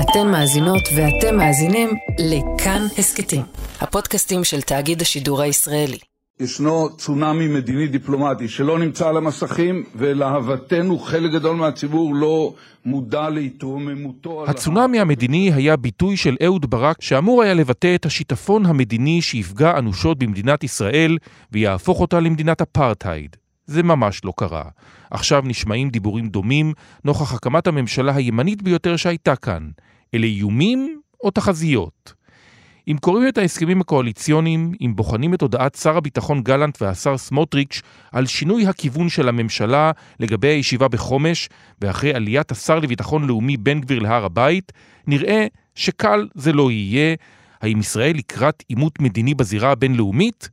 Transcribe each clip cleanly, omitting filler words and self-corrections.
אתן מאזינות ואתם מאזינים לכאן הסקטים, הפודקאסטים של תאגיד השידור הישראלי. ישנו צונאמי מדיני דיפלומטי שלא נמצא על המסכים, ולהבתנו חלק גדול מהציבור לא מודע להתרוממותו. הצונאמי המדיני היה ביטוי של אהוד ברק שאמור היה לבטא את השיטפון המדיני שיפגע אנושות במדינת ישראל ויהפוך אותה למדינת אפרטהייד. זה ממש לא קרה. עכשיו נשמעים דיבורים דומים נוכח הקמת הממשלה הימנית ביותר שהייתה כאן. אלה איומים או תחזיות? אם קוראים את ההסכמים הקואליציוניים, אם בוחנים את הודעת שר הביטחון גלנט והשר סמוטריץ' על שינוי הכיוון של הממשלה לגבי הישיבה בחומש, ואחרי עליית השר לביטחון לאומי בן גביר להר הבית, נראה שקל זה לא יהיה. האם ישראל לקראת עימות מדיני בזירה הבינלאומית?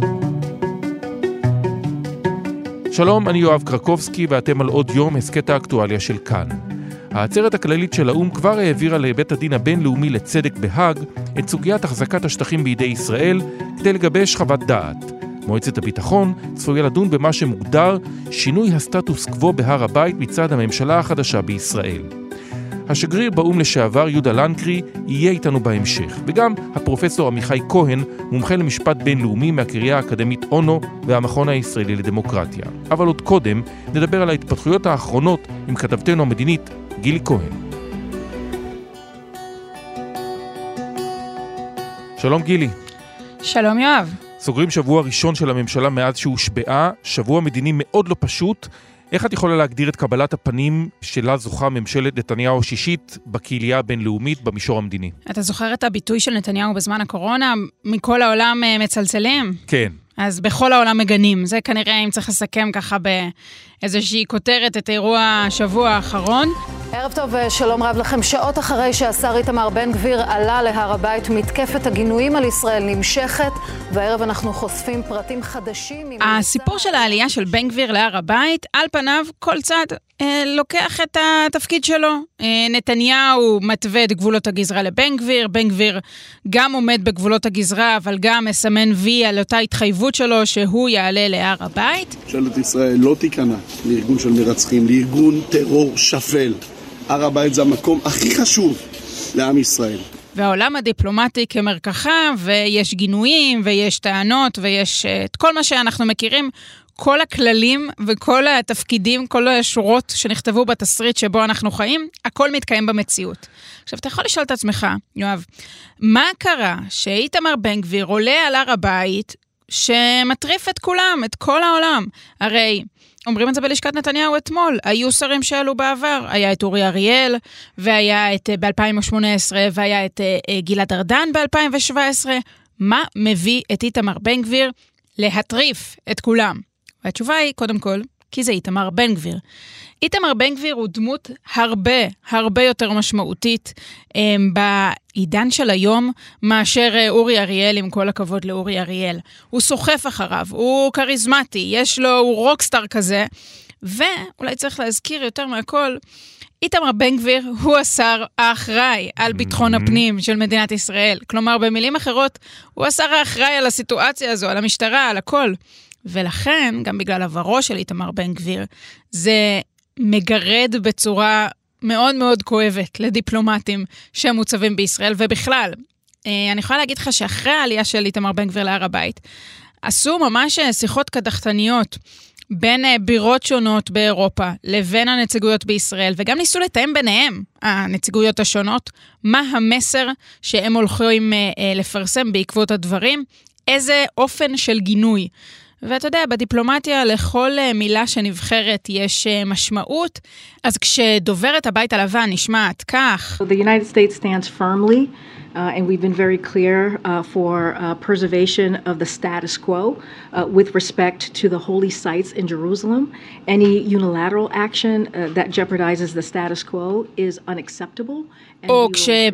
שלום, אני יואב קרקובסקי ואתם על עוד יום הסקט האקטואליה של כאן. העצרת הכללית של האו"ם כבר העבירה לבית הדין הבינלאומי לצדק בהאג את סוגיית החזקת השטחים בידי ישראל כדי לגבש חוות דעת. מועצת הביטחון צפויה לדון במה שמוגדר שינוי הסטטוס קוו בהר הבית מצד הממשלה החדשה בישראל. השגריר באו"ם לשעבר יהודה לנקרי יהיה איתנו בהמשך, וגם הפרופסור עמיחי כהן, מומחה למשפט בינלאומי מהקריה האקדמית אונו והמכון הישראלי לדמוקרטיה. אבל עוד קודם נדבר על ההתפתחויות האחרונות עם כתבתנו המדינית גילי כהן. שלום גילי. שלום יואב. סוגרים שבוע ראשון של הממשלה מאז שהושבעה, שבוע מדיני מאוד לא פשוט. איך את יכולה להגדיר את קבלת הפנים שלה זוכה ממשלת נתניהו השישית בקהילייה הבינלאומית במישור המדיני? אתה זוכר את הביטוי של נתניהו בזמן הקורונה? מכל העולם מצלצלים? כן. אז בכל העולם מגנים. זה כנראה אם צריך לסכם ככה באיזושהי כותרת את אירוע השבוע האחרון. ערב טוב ושלום רב לכם. שעות אחרי שהשר איתמר בן גביר עלה להר הבית, מתקפת הגינויים על ישראל נמשכת, והערב אנחנו חושפים פרטים חדשים. הסיפור של העלייה של בן גביר להר הבית, על פניו כל צד לוקח את התפקיד שלו. נתניהו מתווה את גבולות הגזרה לבן גביר, בן גביר גם עומד בגבולות הגזרה, אבל גם מסמן וי על אותה התחייבות שלו שהוא יעלה להר הבית. ממשלת ישראל לא תיכנע לארגון של מרצחים, לארגון טרור שפל. הר הבית זה המקום הכי חשוב לעם ישראל. והעולם הדיפלומטי כמרקחה, ויש גינויים, ויש טענות, ויש את כל מה שאנחנו מכירים, כל הכללים וכל התפקידים, כל השורות שנכתבו בתסריט שבו אנחנו חיים, הכל מתקיים במציאות. עכשיו, אתה יכול לשאול את עצמך, יואב, מה קרה שאיתמר בן גביר עולה על הר הבית שמטריף את כולם, את כל העולם? הרי אומרים את זה בלשכת נתניהו אתמול, היו שרים שעלו בעבר, היה את אורי אריאל, והיה את ב-2018, והיה את גלעד ארדן ב-2017, מה מביא את איתמר בן גביר להטריף את כולם? והתשובה היא, קודם כל, כי זה איתמר בן גביר. איתמר בן גביר הוא דמות הרבה יותר משמעותית בעידן של היום, מאשר אורי אריאל, עם כל הכבוד לאורי אריאל. הוא סוחף אחריו, הוא קריזמטי, הוא רוקסטאר כזה, ואולי צריך להזכיר יותר מהכל, איתמר בן גביר הוא השר האחראי על ביטחון הפנים של מדינת ישראל. כלומר, במילים אחרות, הוא השר האחראי על הסיטואציה הזו, על המשטרה, על הכל. ולכן, גם בגלל עברו של איתמר בן גביר, זה מגרד בצורה מאוד מאוד כואבת לדיפלומטים שמוצבים בישראל, ובכלל, אני יכולה להגיד לך שאחרי העלייה של איתמר בן גביר להר הבית, עשו ממש שיחות קדחתניות בין בירות שונות באירופה לבין הנציגויות בישראל, וגם ניסו לתאם ביניהם, הנציגויות השונות, מה המסר שהם הולכים לפרסם בעקבות הדברים, איזה אופן של גינוי. ואתה יודע, בדיפלומטיה לכל מילה שנבחרת יש משמעות, אז כשדוברת הבית הלבן נשמעת כך. The United States stands firmly, and we've been very clear for preservation of the status quo with respect to the holy sites in Jerusalem. Any unilateral action that jeopardizes the status quo is unacceptable. או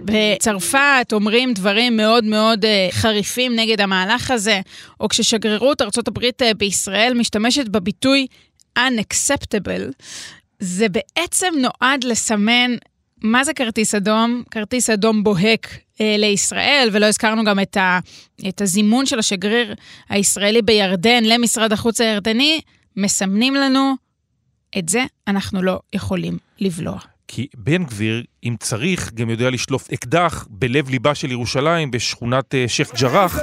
כשבצרפת אומרים דברים מאוד מאוד חריפים נגד המהלך הזה, או כששגרירות ארצות הברית בישראל משתמשת בביטוי unacceptable, זה בעצם נועד לסמן מה זה כרטיס אדום? כרטיס אדום בוהק לישראל, ולא הזכרנו גם את הזימון של השגריר הישראלי בירדן למשרד החוץ הירדני, מסמנים לנו, את זה אנחנו לא יכולים לבלוע. כי בן גביר, אם צריך, גם יודע לשלוף אקדח בלב ליבה של ירושלים, בשכונת שייח' ג'ראח.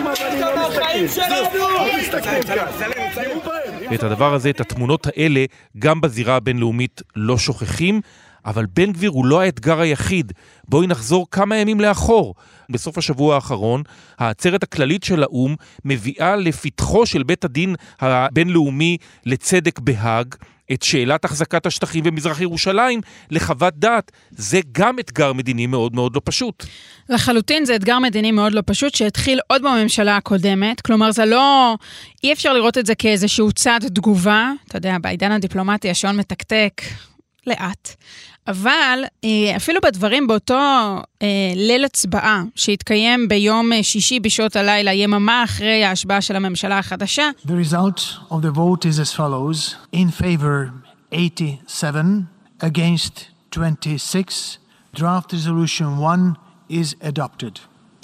ואת הדבר הזה, את התמונות האלה, גם בזירה הבינלאומית לא שוכחים, אבל בן גביר הוא לא האתגר היחיד. בואי נחזור כמה ימים לאחור. בסוף השבוע האחרון, העצרת הכללית של האום מביאה לפתחו של בית הדין הבינלאומי לצדק בהאג, את שאלת החזקת השטחים במזרח ירושלים לחוות דעת. זה גם אתגר מדיני מאוד מאוד לא פשוט. לחלוטין זה אתגר מדיני מאוד לא פשוט, שהתחיל עוד בממשלה הקודמת, כלומר זה לא, אי אפשר לראות את זה כאיזשהו צעד תגובה, אתה יודע, בעידן הדיפלומטי השעון מתקתק לאט, אבל אפילו בדברים באותו ליל הצבעה שהתקיים ביום שישי בשעות הלילה, יממה אחרי ההשבעה של הממשלה החדשה. The result of the vote is as follows. In favor 87, against 26. Draft resolution 1 is adopted.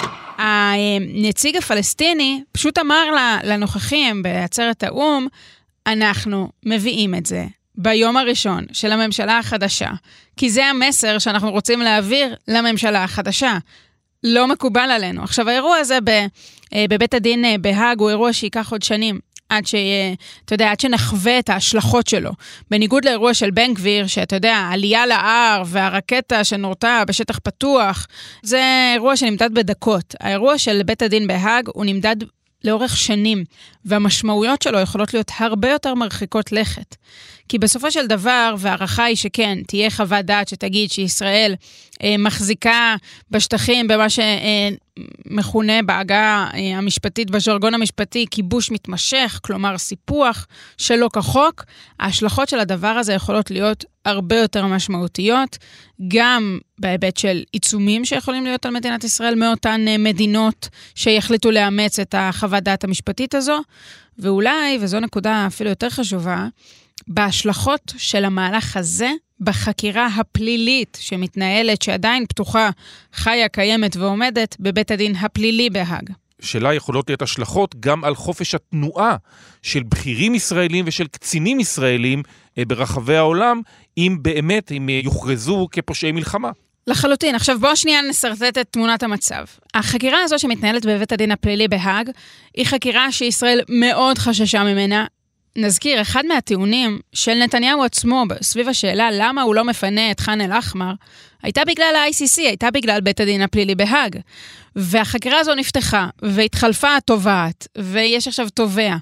הנציג הפלסטיני פשוט אמר לנוכחים בעצרת האום, אנחנו מביאים את זה ביום הראשון של הממשלה החדשה, כי זה המסר שאנחנו רוצים להעביר לממשלה החדשה. לא מקובל עלינו. עכשיו, האירוע הזה בבית הדין בהאג הוא אירוע שיקח עוד שנים, עד שנחווה את ההשלכות שלו. בניגוד לאירוע של בן גביר, שאתה יודע, העלייה להר והרקטה שנורתה בשטח פתוח, זה אירוע שנמדד בדקות. האירוע של בית הדין בהאג הוא נמדד לאורך שנים, והמשמעויות שלו יכולות להיות הרבה יותר מרחיקות לכת. כי בסופו של דבר, והערכה היא שכן, תהיה חוות דעת שתגיד שישראל מחזיקה בשטחים במה שמכונה בעגה המשפטית, בז'רגון המשפטי, כיבוש מתמשך, כלומר סיפוח שלא כחוק, ההשלכות של הדבר הזה יכולות להיות הרבה יותר משמעותיות, גם בהיבט של עיצומים שיכולים להיות על מדינת ישראל, מאותן מדינות שיחליטו לאמץ את החוות דעת המשפטית הזו, ואולי, וזו נקודה אפילו יותר חשובה, בהשלכות של המהלך הזה, בחקירה הפלילית שמתנהלת, שעדיין פתוחה, חיה, קיימת ועומדת, בבית הדין הפלילי בהאג. שלה יכולות להיות השלכות גם על חופש התנועה של בכירים ישראלים ושל קצינים ישראלים ברחבי העולם, אם באמת הם יוכרזו כפושעי מלחמה. לחלוטין. עכשיו בואו שנייה נסרטט את תמונת המצב. החקירה הזו שמתנהלת בבית הדין הפלילי בהאג, היא חקירה שישראל מאוד חששה ממנה. נזכיר, אחד מהטיעונים של נתניהו עצמו סביב השאלה למה הוא לא מפנה את ח'אן אל-אחמר, הייתה בגלל ה-ICC, הייתה בגלל בית הדין הפלילי בהאג. והחקירה הזו נפתחה, והתחלפה התובעת, ויש עכשיו תובע.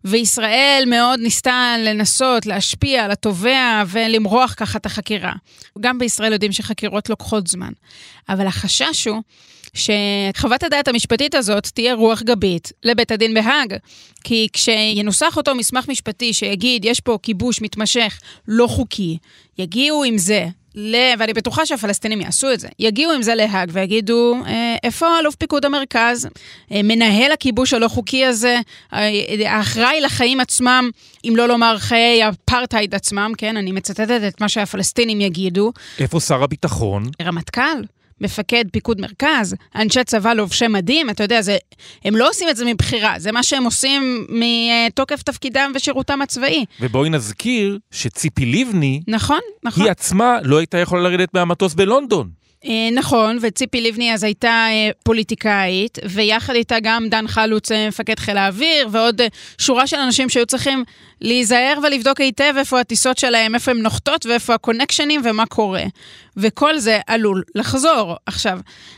וישראל מאוד ניסתה לנסות, להשפיע על התובע, ולמרוח ככה את החקירה. גם בישראל יודעים שחקירות לוקחות זמן. אבל החשש הוא שחוות הדעת המשפטית הזאת תהיה רוח גבית לבית הדין בהאג, כי כשינוסח אותו מסמך משפטי שיגיד יש פה כיבוש מתמשך לא חוקי, יגיעו עם זה, ואני בטוחה שהפלסטינים יעשו את זה, יגיעו עם זה להאג ויגידו, איפה אלוף פיקוד המרכז, מנהל הכיבוש הלא חוקי הזה, האחראי לחיים עצמם, אם לא לומר חיי אפרטהייד עצמם, כן, אני מצטטת את מה שהפלסטינים יגידו. איפה שר הביטחון? רמטכ"ל. מפקד פיקוד מרכז, אנשי צבא לובשי מדים, אתה יודע, הם לא עושים את זה מבחירה, זה מה שהם עושים מתוקף תפקידם ושירותם הצבאי. ובואי נזכיר שציפי לבני, נכון. היא עצמה לא הייתה יכולה לרדת מהמטוס בלונדון. נכון, וציפי לבני אז הייתה פוליטיקאית, ויחד איתה גם דן חלוץ מפקד חיל האוויר, ועוד שורה של אנשים שהיו צריכים להיזהר ולבדוק היטב איפה הטיסות שלהם, איפה הם נוחתות, ואיפה הקונקשנים ומה קורה. וכל זה עלול לחזור. עכשיו,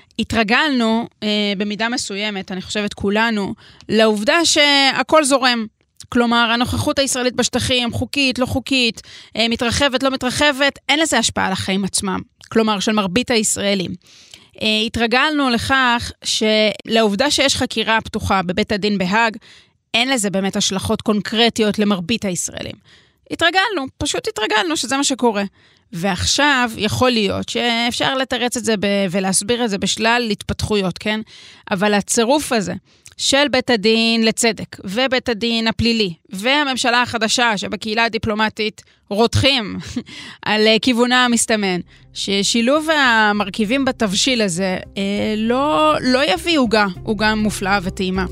התרגלנו במידה מסוימת, אני חושבת כולנו, לעובדה שהכל זורם. כלומר, הנוכחות הישראלית בשטחים, חוקית, לא חוקית, מתרחבת, לא מתרחבת, אין לזה השפעה על החיים עצמם. כלומר, של מרבית הישראלים. התרגלנו לכך שלעובדה שיש חקירה פתוחה בבית הדין בהאג, אין לזה באמת השלכות קונקרטיות למרבית הישראלים. פשוט התרגלנו שזה מה שקורה. ועכשיו יכול להיות שאפשר לתרץ את זה ולהסביר את זה בשלל התפתחויות, כן? אבל הצירוף הזה של בית הדין לצדק ובית הדין הפלילי והממשלה החדשה שבקהילה הדיפלומטית רותחים על כיוונה המסתמן, ששילוב המרכיבים בתבשיל הזה לא יביא עוגה מופלאה וטעימה.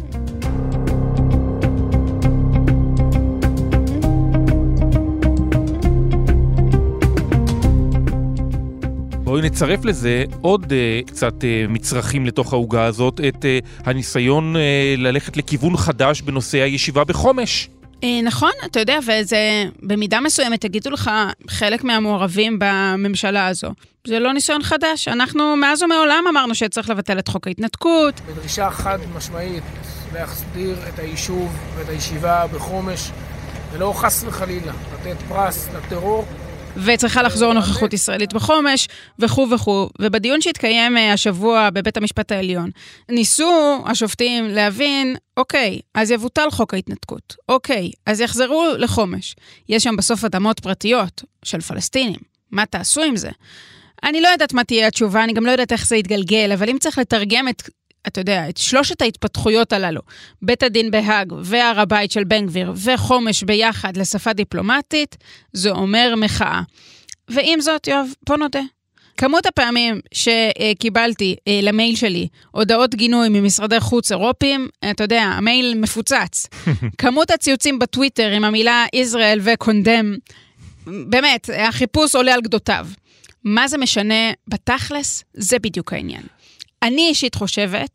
בואי נצרף לזה עוד קצת מצרכים לתוך העוגה הזאת, את הניסיון ללכת לכיוון חדש בנושא הישיבה בחומש. נכון, אתה יודע, וזה במידה מסוימת, תגידו לך, חלק מהמעורבים בממשלה הזו. זה לא ניסיון חדש. אנחנו מאז ומעולם אמרנו שצריך לבטל את חוק ההתנתקות. בדרישה חד משמעית להחזיר את היישוב ואת הישיבה בחומש, ולא חס וחלילה לתת פרס לטרור. וצריכה לחזור נוכחות ישראלית בחומש, וכו' וכו'. ובדיון שהתקיים השבוע בבית המשפט העליון, ניסו השופטים להבין, אוקיי, אז יבוטל חוק ההתנתקות. אוקיי, אז יחזרו לחומש. יש שם בסוף אדמות פרטיות של פלסטינים. מה תעשו עם זה? אני לא יודעת מה תהיה התשובה, אני גם לא יודעת איך זה יתגלגל, אבל אם צריך לתרגם אתה יודע, את שלושת ההתפתחויות הללו, בית הדין בהאג והר הבית של בן גביר וחומש ביחד לשפה דיפלומטית, זה אומר מחאה. ועם זאת, יואב, פה נודה. כמות הפעמים שקיבלתי למייל שלי הודעות גינוי ממשרדי חוץ אירופיים, אתה יודע, המייל מפוצץ. כמות הציוצים בטוויטר עם המילה ישראל וקונדם, באמת, החיפוש עולה על גדותיו. מה זה משנה בתכלס? זה בדיוק העניין. אני אישית חושבת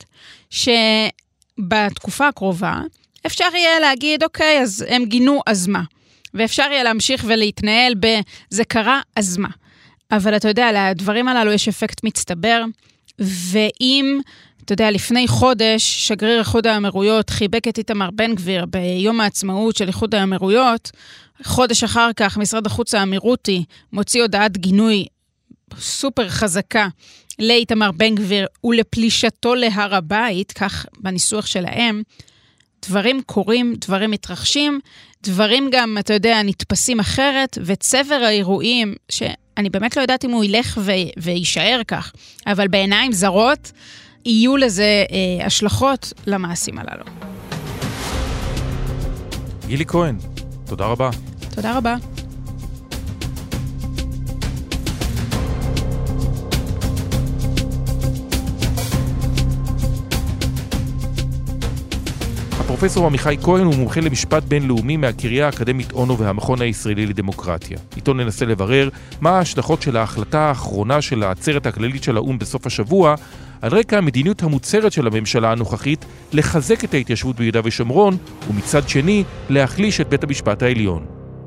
שבתקופה הקרובה אפשר יהיה להגיד, אוקיי, אז הם גינו, אז מה? ואפשר יהיה להמשיך ולהתנהל בזה קרה, אז מה? אבל אתה יודע, לדברים הללו יש אפקט מצטבר, ואם, אתה יודע, לפני חודש, שגריר איחוד האמירויות חיבק את איתמר בן גביר ביום העצמאות של איחוד האמירויות, חודש אחר כך משרד החוץ האמירותי מוציא הודעת גינוי סופר חזקה לאיתמר בן גביר ולפלישתו להר הבית, כך בניסוח שלהם, דברים קורים, דברים מתרחשים, דברים גם, אתה יודע, נתפסים אחרת, וצבר האירועים, שאני באמת לא יודעת אם הוא ילך וישאר כך, אבל בעיניים זרות, יהיו לזה השלכות למעשים הללו. גילי כהן, תודה רבה. תודה רבה. הפרופסור עמיחי כהן הוא מומחה למשפט בינלאומי מהקריה האקדמית אונו והמכון הישראלי לדמוקרטיה. איתו ננסה לברר מה ההשלכות של ההחלטה האחרונה של העצרת הכללית של האו"ם בסוף השבוע, על רקע המדיניות המוצהרת של הממשלה הנוכחית לחזק את ההתיישבות ביהודה ושומרון, ומצד שני להחליש את בית המשפט העליון.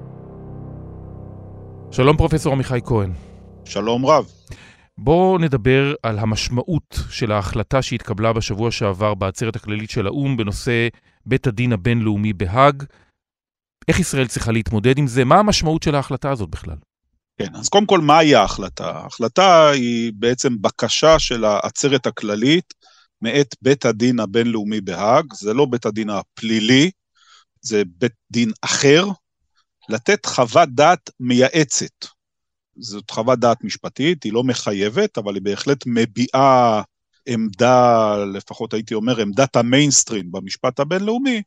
שלום פרופסור עמיחי כהן. שלום רב. בואו נדבר על המשמעות של ההחלטה שהתקבלה בשבוע שעבר בעצרת הכללית של האו"ם בנושא בית הדין הבינלאומי בהאג. איך ישראל צריכה להתמודד עם זה? מה המשמעות של ההחלטה הזאת בכלל? כן, אז קודם כל, מהי ההחלטה? ההחלטה היא בעצם בקשה של העצרת הכללית מאת בית הדין הבינלאומי בהאג. זה לא בית הדין הפלילי, זה בית דין אחר, לתת חוות דעת מייעצת. זאת חוות דעת משפטית, היא לא מחייבת, אבל היא בהחלט מביעה עמדה, לפחות הייתי אומר, עמדת המיינסטרים במשפט הבינלאומי,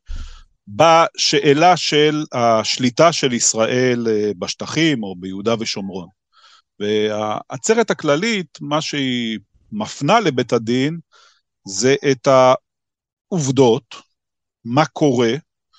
בשאלה של השליטה של ישראל בשטחים או ביהודה ושומרון. והעצרת הכללית, מה שהיא מפנה לבית הדין, זה את העובדות, מה קורה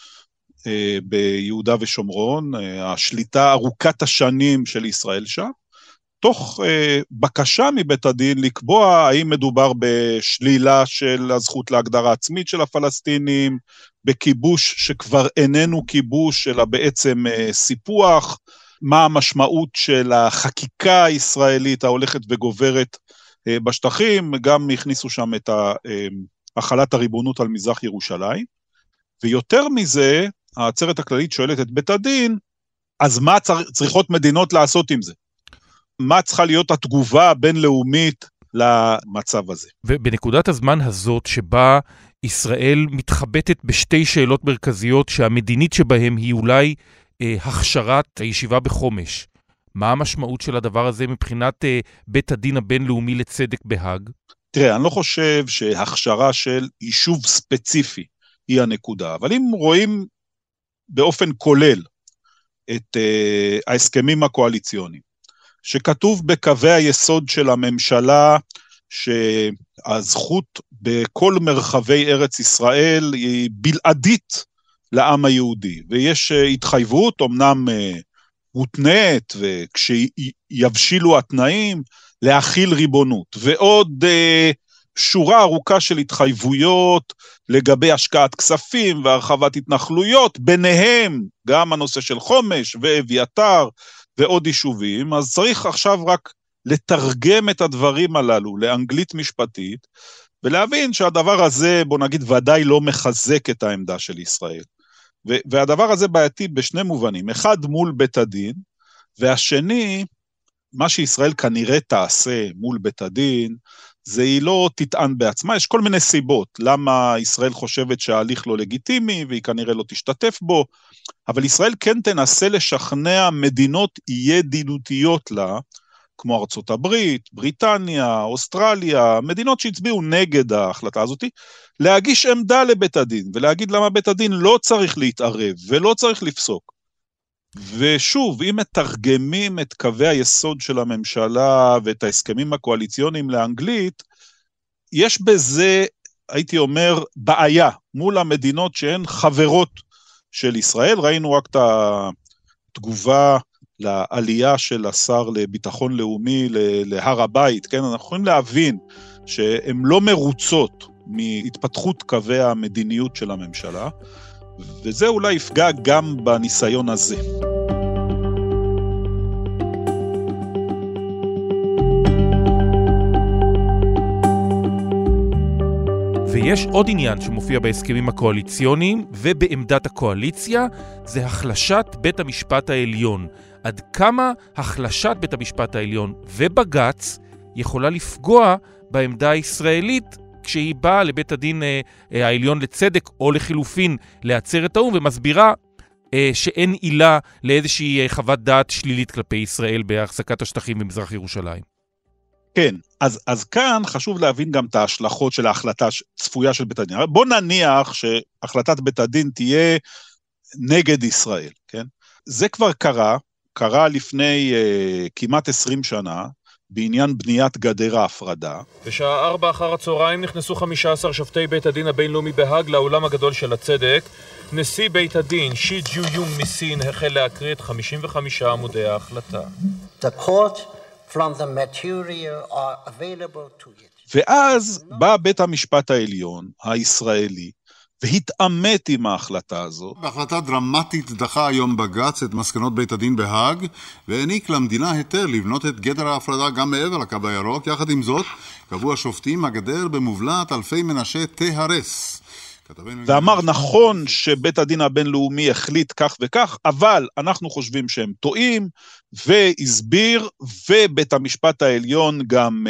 ביהודה ושומרון, השליטה ארוכת השנים של ישראל שם, תוך בקשה מבית הדין לקבוע האם מדובר בשלילה של הזכות להגדרה עצמית של הפלסטינים, בכיבוש שכבר איננו כיבוש, אלא בעצם סיפוח, מה המשמעות של החקיקה הישראלית ההולכת וגוברת בשטחים, גם הכניסו שם את החלת הריבונות על מזרח ירושלים, ויותר מזה, העצרת הכללית שואלת את בית הדין, אז מה צריכות מדינות לעשות עם זה? מה צריכה להיות התגובה הבינלאומית למצב הזה? ובנקודת הזמן הזאת שבה ישראל מתחבטת בשתי שאלות מרכזיות, שהמדינית שבהם היא אולי הכשרת הישיבה בחומש, מה המשמעות של הדבר הזה מבחינת בית הדין הבינלאומי לצדק בהאג? תראה, אני לא חושב שהכשרה של יישוב ספציפי היא הנקודה, אבל אם רואים באופן כולל את ההסכמים הקואליציוניים, שכתוב בקווי היסוד של הממשלה שהזכות בכל מרחבי ארץ ישראל היא בלעדית לעם היהודי, ויש התחייבות, אמנם מותנית, וכשיבשילו התנאים, להכיל ריבונות, ועוד שורה ארוכה של התחייבויות לגבי השקעת כספים והרחבת התנחלויות, ביניהם גם הנושא של חומש ואביתר ועוד יישובים, אז צריך עכשיו רק לתרגם את הדברים הללו לאנגלית משפטית, ולהבין שהדבר הזה, בוא נגיד, ודאי לא מחזק את העמדה של ישראל. והדבר הזה בעייתי בשני מובנים, אחד מול בית הדין, והשני, מה שישראל כנראה תעשה מול בית הדין, זה היא לא תטען בעצמה, יש כל מיני סיבות, למה ישראל חושבת שההליך לא לגיטימי, והיא כנראה לא תשתתף בו, אבל ישראל כן תנסה לשכנע מדינות ידידותיות לה, כמו ארצות הברית, בריטניה, אוסטרליה, מדינות שהצביעו נגד ההחלטה הזאת, להגיש עמדה לבית הדין, ולהגיד למה בית הדין לא צריך להתערב, ולא צריך לפסוק. ושוב, אם מתרגמים את קווי היסוד של הממשלה, ואת ההסכמים הקואליציוניים לאנגלית, יש בזה, הייתי אומר, בעיה, מול המדינות שהן חברות של ישראל. ראינו רק את התגובה לעלייה של השר לביטחון לאומי להר הבית, כן? אנחנו יכולים להבין שהן לא מרוצות מהתפתחות קווי המדיניות של הממשלה, וזה אולי יפגע גם בניסיון הזה. ויש עוד עניין שמופיע בהסכמים הקואליציוניים ובעמדת הקואליציה, זה החלשת בית המשפט העליון. עד כמה החלשת בית המשפט העליון ובגץ יכולה לפגוע בעמדה הישראלית כשהיא באה לבית הדין העליון לצדק או לחילופין לעצרת האו"ם ומסבירה שאין עילה לאיזושהי חוות דעת שלילית כלפי ישראל בהחזקת השטחים במזרח ירושלים. כן, אז כאן חשוב להבין גם את ההשלכות של ההחלטה צפויה של בית הדין. בוא נניח שהחלטת בית הדין תהיה נגד ישראל, כן? זה כבר קרה לפני כמעט 20 שנה, בעניין בניית גדר ההפרדה. בשעה 4 אחר הצהריים נכנסו 15 שופטי בית הדין הבינלאומי בהאג לאולם הגדול של הצדק. נשיא בית הדין שי ג'ו יונג מסין החל להקריא את 55 עמודי ההחלטה. The court from the material are available to it. ואז בא בית המשפט העליון הישראלי והתעמת עם ההחלטה הזו. בהחלטה דרמטית דחה היום בג"ץ את מסקנות בית הדין בהאג, והעניק למדינה היתר לבנות את גדר ההפרדה גם מעבר לקו הירוק. יחד עם זאת, קבעו השופטים, הגדר במובלעת אלפי מנשה תהרס. ואמר נכון שבית הדין הבינלאומי החליט כך וכך, אבל אנחנו חושבים שהם טועים, והסביר, ובית המשפט העליון גם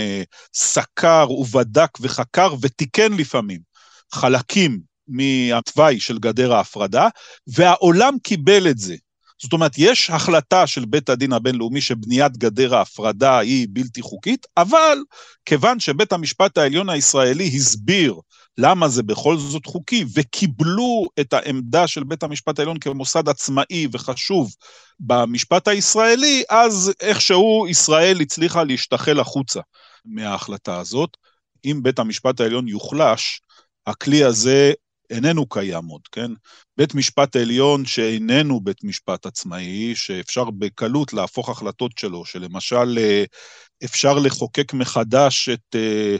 סקר ובדק וחקר ותיקן לפעמים חלקים מהתוואי של גדר ההפרדה, והעולם קיבל את זה. זאת אומרת, יש החלטה של בית הדין הבינלאומי שבניית גדר ההפרדה היא בלתי חוקית, אבל כיוון שבית המשפט העליון הישראלי הסביר למה זה בכל זאת חוקי, וקיבלו את העמדה של בית המשפט העליון כמוסד עצמאי וחשוב במשפט הישראלי, אז איכשהו ישראל הצליחה להשתחל החוצה מההחלטה הזאת. אם בית המשפט העליון יוחלש, הכלי הזה איננו קיים עוד, כן? בית משפט עליון שאיננו בית משפט עצמאי, שאפשר בקלות להפוך החלטות שלו, שלמשל אפשר לחוקק מחדש את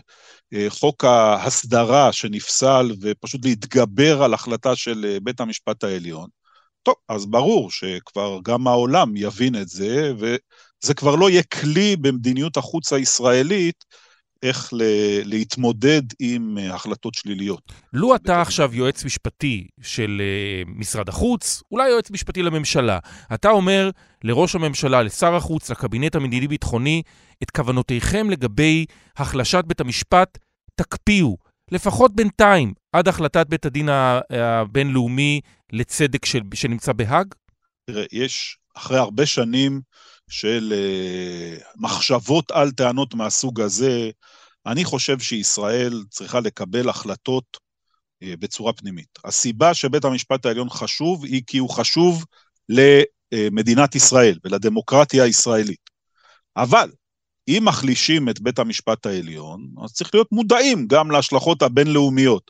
חוק ההסדרה שנפסל, ופשוט להתגבר על החלטה של בית המשפט העליון. טוב, אז ברור שכבר גם העולם יבין את זה, וזה כבר לא יהיה כלי במדיניות החוץ הישראלית, איך להתמודד עם החלטות שליליות. לו אתה עכשיו יועץ משפטי של משרד החוץ, אולי יועץ משפטי לממשלה, אתה אומר לראש הממשלה, לשר החוץ, לקבינט המדיני-ביטחוני, את כוונותיכם לגבי החלשת בית המשפט, תקפיאו, לפחות בינתיים, עד החלטת בית הדין הבינלאומי לצדק שנמצא בהאג? תראה, יש אחרי הרבה שנים של מחשבות על טענות מהסוג הזה, אני חושב שישראל צריכה לקבל החלטות בצורה פנימית. הסיבה שבית המשפט העליון חשוב, היא כי הוא חשוב למדינת ישראל ולדמוקרטיה הישראלית. אבל אם מחלישים את בית המשפט העליון, אז צריך להיות מודעים גם להשלכות הבינלאומיות.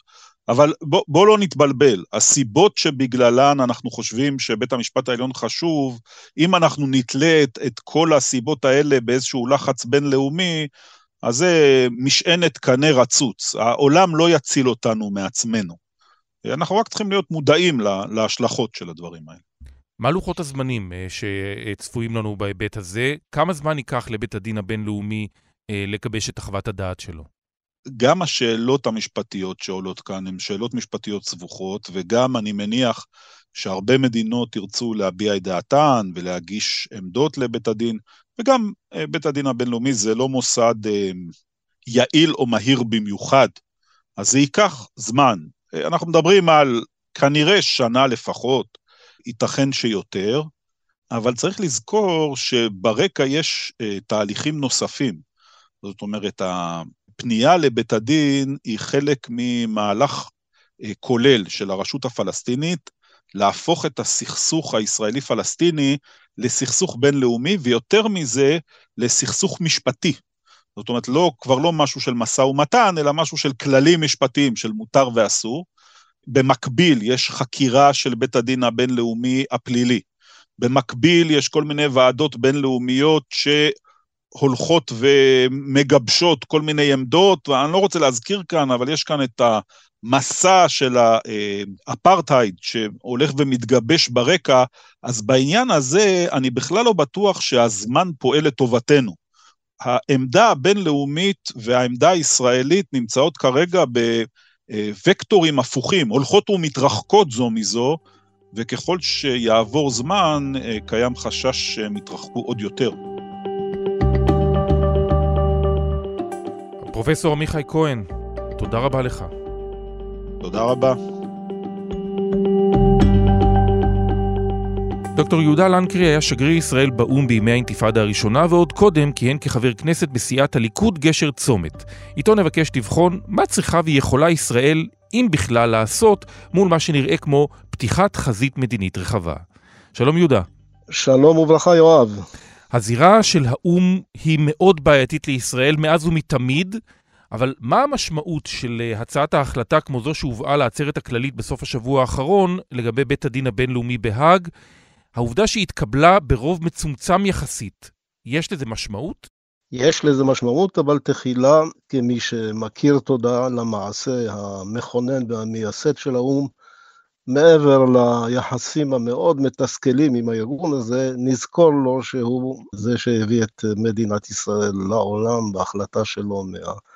אבל בוא לא נתבלבל. הסיבות שבגללן אנחנו חושבים שבית המשפט העליון חשוב, אם אנחנו נתלה את כל הסיבות האלה באיזשהו לחץ בינלאומי, אז זה משענת קנה רצוץ. העולם לא יציל אותנו מעצמנו. אנחנו רק צריכים להיות מודעים להשלכות של הדברים האלה. מה לוחות הזמנים שצפויים לנו בהיבט הזה? כמה זמן ייקח לבית הדין הבינלאומי לגבש את חוות הדעת שלו? גם השאלות המשפטיות שעולות כאן הן שאלות משפטיות סבוכות, וגם אני מניח שהרבה מדינות ירצו להביע את דעתן ולהגיש עמדות לבית הדין, וגם בית הדין הבינלאומי זה לא מוסד יעיל או מהיר במיוחד, אז זה ייקח זמן. אנחנו מדברים על כנראה שנה לפחות, ייתכן שיותר, אבל צריך לזכור שברקע יש תהליכים נוספים. זאת אומרת, הפנייה לבית הדין היא חלק ממהלך כולל של הרשות הפלסטינית, להפוך את הסכסוך הישראלי-פלסטיני לסכסוך בינלאומי, ויותר מזה לסכסוך משפטי. זאת אומרת, כבר לא משהו של משא ומתן, אלא משהו של כללים משפטיים, של מותר ואסור. במקביל יש חקירה של בית הדין הבינלאומי הפלילי. במקביל יש כל מיני ועדות בינלאומיות שהולכות ומגבשות כל מיני עמדות, ואני לא רוצה להזכיר כאן, אבל יש כאן את המסע של האפרטהייד שהולך ומתגבש ברקע, אז בעניין הזה אני בכלל לא בטוח שהזמן פועל לטובתנו. העמדה הבינלאומית והעמדה הישראלית נמצאות כרגע בווקטורים הפוכים, הולכות ומתרחקות זו מזו, וככל שיעבור זמן, קיים חשש שהם יתרחקו עוד יותר. פרופסור עמיחי כהן, תודה רבה לך. תודה רבה. דוקטור יהודה לנקרי היה שגריר ישראל באום בימי האינתיפאדה הראשונה, ועוד קודם כיהן כחבר כנסת בסיעת הליכוד גשר צומת. איתו נבקש לבחון מה צריכה ויכולה ישראל, אם בכלל, לעשות מול מה שנראה כמו פתיחת חזית מדינית רחבה. שלום יהודה. שלום וברכה יואב. הזירה של האום היא מאוד בעייתית לישראל מאז ומתמיד, אבל מה המשמעות של הצעת ההחלטה כמו זו שהובאה לעצרת הכללית בסוף השבוע האחרון לגבי בית הדין הבינלאומי בהאג? העובדה שהיא התקבלה ברוב מצומצם יחסית, יש לזה משמעות? יש לזה משמעות, אבל תחילה כמי שמכיר תודה למעשה המכונן והמייסד של האום, מעבר ליחסים המאוד מתסכלים עם הארגון הזה, נזכור לו שהוא זה שהביא את מדינת ישראל לעולם בהחלטה שלו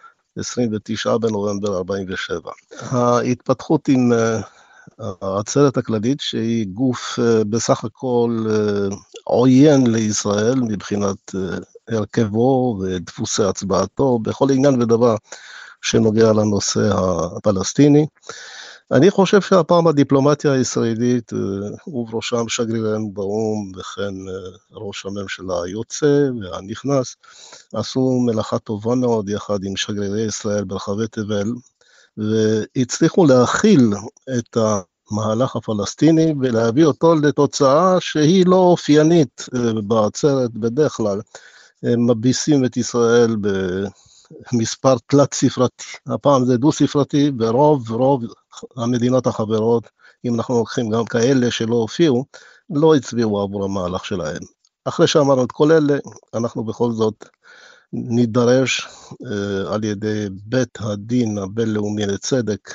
מה-29 בנובמבר 47. ההתפתחות עם העצרת הכללית, שהיא גוף בסך הכל עוין לישראל מבחינת הרכבו ודפוסי הצבעתו, בכל עניין ודבר שנוגע לנושא הפלסטיני. אני חושב שהפעם הדיפלומטיה הישראלית, ובראשם שגרירנו באום, וכן ראש הממשלה היוצא והנכנס, עשו מלאכה טובה מאוד יחד עם שגרירי ישראל ברחבי תבל, והצליחו להכיל את המהלך הפלסטיני ולהביא אותו לתוצאה שהיא לא אופיינית בעצרת בדרך כלל. הם מביסים את ישראל במספר תלת ספרתי, הפעם זה דו ספרתי, ברוב המדינות החברות, אם אנחנו לוקחים גם כאלה שלא הופיעו, לא הצביעו עבור המהלך שלהם. אחרי שאמרנו את כל אלה, אנחנו בכל זאת נידרש על ידי בית הדין הבינלאומי לצדק,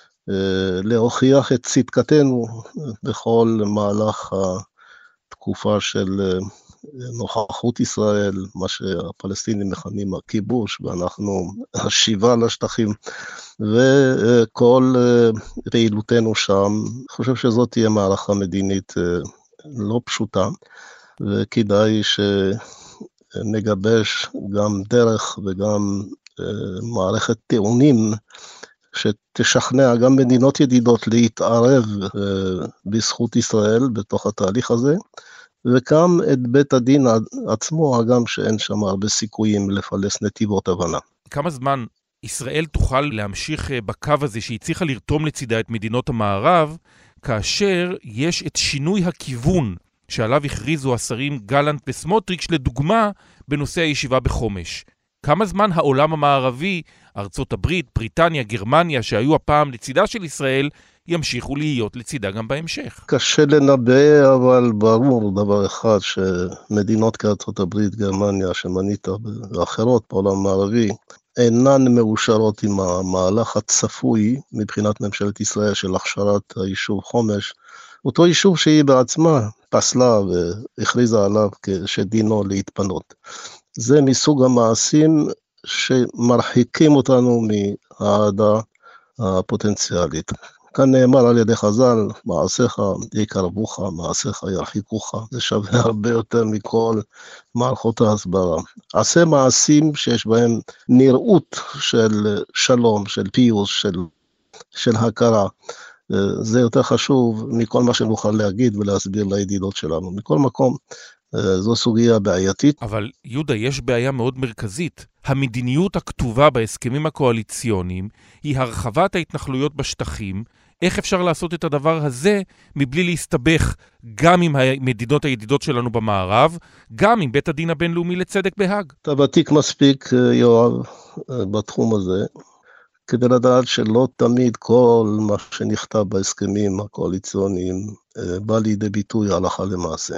להוכיח את צדקתנו בכל מהלך התקופה של נוכחות ישראל, מה שהפלסטינים מכנים הכיבוש, ואנחנו השיבה לשטחים, וכל פעילותנו שם. אני חושב שזאת תהיה מערכה מדינית לא פשוטה, וכדאי שנגבש גם דרך וגם מערכת טיעונים, שתשכנע גם מדינות ידידות להתערב בזכות ישראל בתוך התהליך הזה, וגם את בית הדין עצמו, הגם שאין שם הרבה סיכויים לפלס נתיבות הבנה. כמה זמן ישראל תוכל להמשיך בקו הזה שהיא צריכה לרתום לצידה את מדינות המערב, כאשר יש את שינוי הכיוון שעליו הכריזו השרים גלנט וסמוטריץ' לדוגמה בנושא הישיבה בחומש? כמה זמן העולם המערבי, ארצות הברית, בריטניה, גרמניה, שהיו הפעם לצידה של ישראל, ימשיכו להיות לצידה גם בהמשך? קשה לנבא, אבל ברור דבר אחד, שמדינות כארצות הברית, גרמניה, שמנית ואחרות בעולם המערבי, אינן מאושרות עם המהלך הצפוי מבחינת ממשלת ישראל של הכשרת היישוב חומש, אותו יישוב שהיא בעצמה פסלה והכריזה עליו שדינו להתפנות. זה מסוג המעשים שמרחיקים אותנו מהעדה הפוטנציאלית. כאן נאמר על ידי חז"ל, מעשיך יקרבוך, מעשיך ירחיקוך, זה שווה הרבה יותר מכל מערכות ההסברה. עשה מעשים שיש בהם נראות של שלום, של פיוס, של הכרה. זה יותר חשוב מכל מה שנוכל להגיד ולהסביר לידידות שלנו. מכל מקום, זו סוגיה בעייתית. אבל יהודה, יש בעיה מאוד מרכזית. המדיניות הכתובה בהסכמים הקואליציוניים היא הרחבת ההתנחלויות בשטחים. איך אפשר לעשות את הדבר הזה מבלי להסתבך גם עם המדינות הידידות שלנו במערב, גם עם בית הדין הבינלאומי לצדק בהאג? אתה ותיק מספיק, יואב, בתחום הזה, כדי לדעת שלא תמיד כל מה שנכתב בהסכמים הקואליציוניים בא לידי ביטוי הלכה למעשה.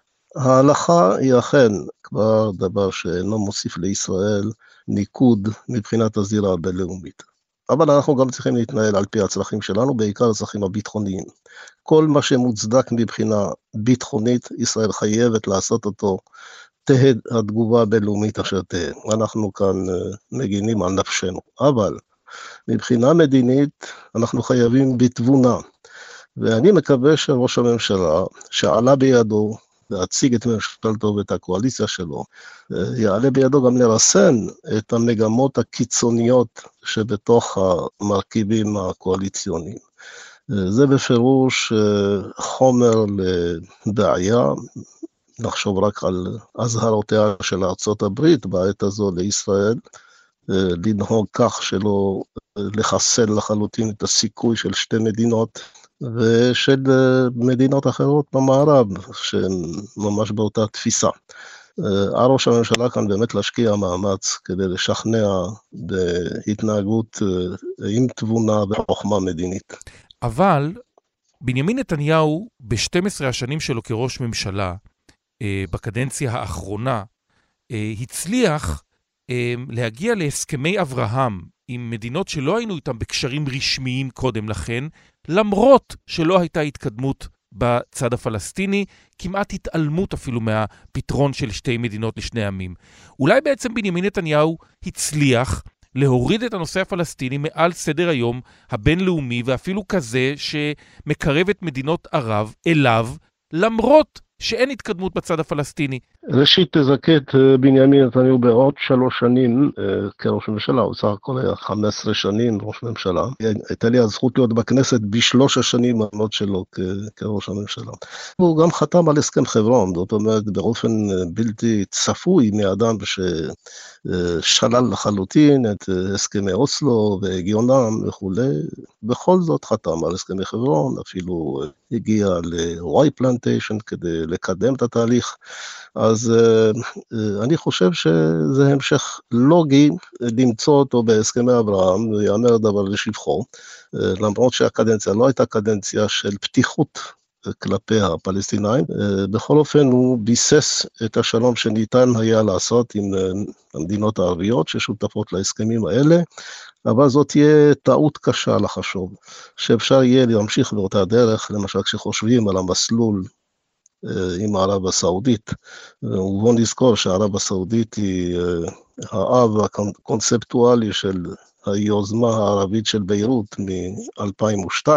ההלכה היא אכן כבר דבר שאינו מוסיף לישראל ניקוד מבחינת הזירה הבינלאומית. אבל אנחנו גם צריכים להתנהל על פי הצרכים שלנו, בעיקר הצרכים הביטחוניים. כל מה שמוצדק מבחינה ביטחונית, ישראל חייבת לעשות אותו, תהא התגובה הבינלאומית אשר תהא. אנחנו כאן מגינים על נפשנו. אבל מבחינה מדינית אנחנו חייבים בתבונה. ואני מקווה שראש הממשלה, שעלה בידו, להציג את ממשלתו ואת הקואליציה שלו, יעלה בידו גם לרסן את המגמות הקיצוניות שבתוך המרכיבים הקואליציוניים. זה בפירוש חומר לבעיה, נחשוב רק על הזהרותיה של ארצות הברית בעת הזו לישראל, לנהוג כך שלא לחסל לחלוטין את הסיכוי של שתי מדינות, ושל מדינות אחרות במערב, שהן ממש באותה תפיסה. ראש הממשלה כאן באמת להשקיע מאמץ כדי לשכנע בהתנהגות עם תבונה וחוכמה מדינית. אבל בנימין נתניהו, ב-12 השנים שלו כראש ממשלה, בקדנציה האחרונה, הצליח להגיע להסכמי אברהם עם מדינות שלא היינו איתם בקשרים רשמיים קודם לכן, למרות שלא הייתה התקדמות בצד הפלסטיני, כמעט התעלמות אפילו מהפתרון של שתי מדינות לשני עמים. אולי בעצם בנימין נתניהו הצליח להוריד את הנושא הפלסטיני מעל סדר היום הבינלאומי, ואפילו כזה שמקרב את מדינות ערב אליו, למרות שאין התקדמות בצד הפלסטיני. ראשית תזכה את בנימין נתניהו בעוד 3 שנים כראש ממשלה, הוא סך הכל היה 15 שנים ראש ממשלה. הייתה לי הזכות להיות בכנסת ב3 השנים העמוד שלו כראש הממשלה. הוא גם חתם על הסכם חברון, זאת אומרת באופן בלתי צפוי מאדם ששלל לחלוטין את הסכמי אוסלו והגיונם וכו'. בכל זאת חתם על הסכמי חברון, אפילו הגיע ל-Y Plantation כדי לקדם את התהליך. אז אני חושב שזה המשך לוגי למצוא אותו בהסכמי אברהם, ויאמר דבר לשבחו, למרות שהקדנציה לא הייתה קדנציה של פתיחות כלפי הפלסטינאים. בכל אופן הוא ביסס את השלום שניתן היה לעשות עם המדינות הערביות ששותפות להסכמים האלה, אבל זאת תהיה טעות קשה לחשוב, שאפשר יהיה להמשיך באותה דרך, למשל כשחושבים על המסלול עם ערב הסעודית, ובואו נזכור שערב הסעודית היא האב הקונספטואלי של היוזמה הערבית של ביירות מ-2002,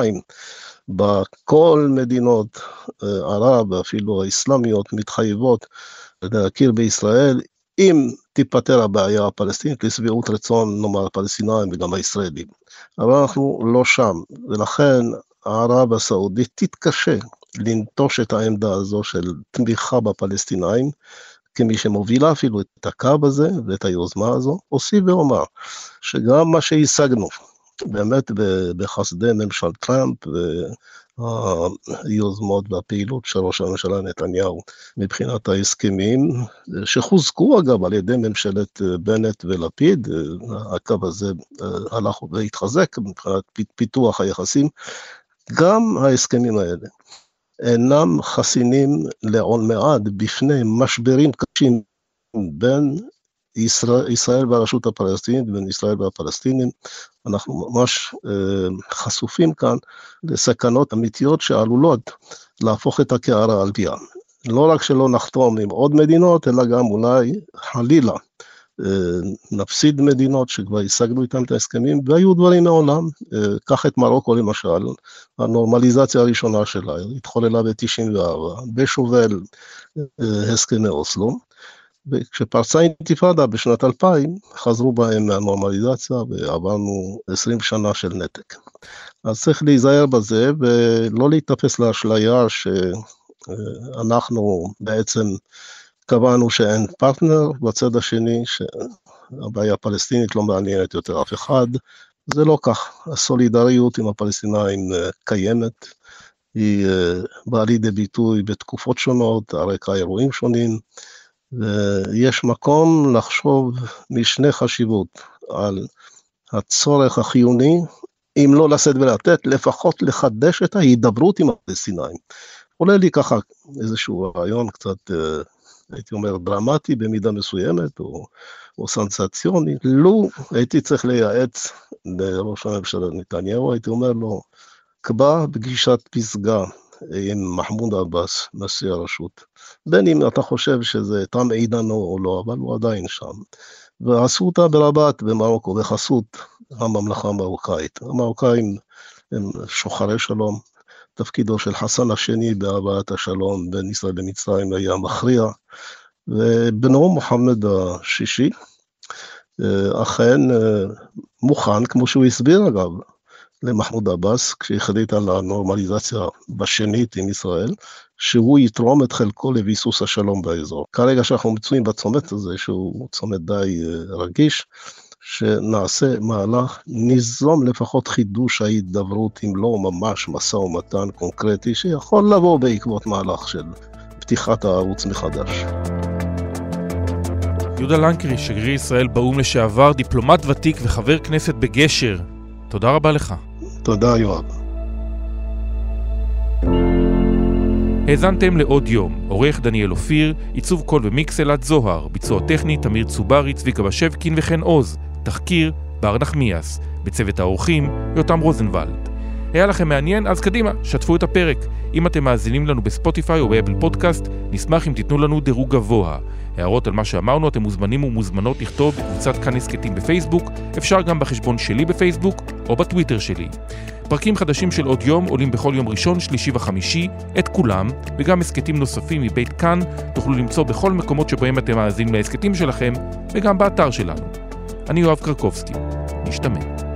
בכל מדינות ערב, אפילו האסלאמיות, מתחייבות להכיר בישראל, אם תיפטר הבעיה הפלסטינית, לסביעות רצון, נאמר, הפלסטינאים וגם הישראלים. אבל אנחנו לא שם, ולכן ערב הסעודית תתקשה לנטוש את העמדה הזו של תמיכה בפלסטינאים, כמי שמובילה אפילו את הקו הזה ואת היוזמה הזו. אוסיף ואומר שגם מה שהשגנו, באמת בחסדי ממשל טראמפ היוזמות והפעילות של ראש הממשלה נתניהו מבחינת ההסכמים, שחוזקו אגב על ידי ממשלת בנט ולפיד. הקו הזה הלך והתחזק מבחינת פיתוח היחסים. גם ההסכמים האלה אינם חסינים לעולמעד בפני משברים קשים בין ישראל והרשות הפלסטינית, בין ישראל והפלסטינים. אנחנו ממש חשופים כאן לסכנות אמיתיות שעלולות להפוך את הקערה על פיה. לא רק שלא נחתום עם עוד מדינות, אלא גם אולי חלילה נפסיד מדינות שכבר השגנו איתם את ההסכמים, והיו דברים מעולם. קח את מרוקו למשל, הנורמליזציה הראשונה שלה התחוללה ב-94, בשובל הסכמי אוסלו, וכשפרצה אינתיפאדה בשנת 2000, חזרו בהם מהנורמליזציה ועברנו 20 שנה של נתק. אז צריך להיזהר בזה ולא להתאפס לאשליה שאנחנו בעצם קבענו שאין פרטנר בצד השני, שהבעיה הפלסטינית לא מעניינת יותר אף אחד. זה לא כך. הסולידריות עם הפלסטינאים קיימת, היא באה לידי ביטוי בתקופות שונות, על רקע אירועים שונים, ויש מקום לחשוב משנה חשיבות על הצורך החיוני, אם לא לשאת ולתת, לפחות לחדש את ההידברות עם הפלסטינאים. עולה לי ככה איזשהו רעיון קצת, הייתי אומר, דרמטי במידה מסוימת, או סנסציוני. לו הייתי צריך לייעץ לראש הממשלה נתניהו, הייתי אומר לו, קבע פגישת פסגה עם מחמוד עבאס, נשיא הרשות. בין אם אתה חושב שזה תם עידנו או לא, אבל הוא עדיין שם. ועשו אותה ברבת במרוקו, בחסות הממלכה המרוקאית. המרוקאים הם שוחרי שלום. תפקידו של חסן השני בהבאת השלום בין ישראל ומצרים היה מכריע. ובנו מוחמד השישי, אכן מוכן, כמו שהוא הסביר אגב, למחמוד עבאס, כשהחליט על הנורמליזציה בשנית עם ישראל, שהוא יתרום את חלקו לביסוס השלום באזור. כרגע שאנחנו מצויים בצומת הזה, שהוא צומת די רגיש, שנעשה מהלך, ניזום לפחות חידוש ההידברות, אם לא ממש משא ומתן קונקרטי, שיכול לבוא בעקבות מהלך של פתיחת הערוץ מחדש. יהודה לנקרי, שגריר ישראל באו"ם לשעבר, דיפלומט ותיק וחבר כנסת בגשר. תודה רבה לך. תודה יואב. האזנתם לעוד יום. עורך דניאל אופיר, עיצוב קול ומיקס אלעד זוהר, ביצוע טכני תמיר צוברי, צביקה בשבקין וכן עוז, תחקיר בר נחמיאס, בצוות האורחים יותם רוזנבלד. היה לכם מעניין? אז קדימה, שתפו את הפרק. אם אתם מאזינים לנו בספוטיפיי או באפל פודקאסט, נשמח אם תיתנו לנו דירוג גבוה. הערות על מה שאמרנו אתם מוזמנים ומוזמנות לכתוב בקבוצת כאן הסקטים בפייסבוק, אפשר גם בחשבון שלי בפייסבוק או בטוויטר שלי. פרקים חדשים של עוד יום עולים בכל יום ראשון, שלישי וחמישי, את כולם, וגם הסקטים נוספים מבית כאן תוכלו למצוא בכל מקומות שבהם אתם מאזינים להסקטים שלכם, וגם באתר שלנו. אני יואב קרקובסקי. נשתמע.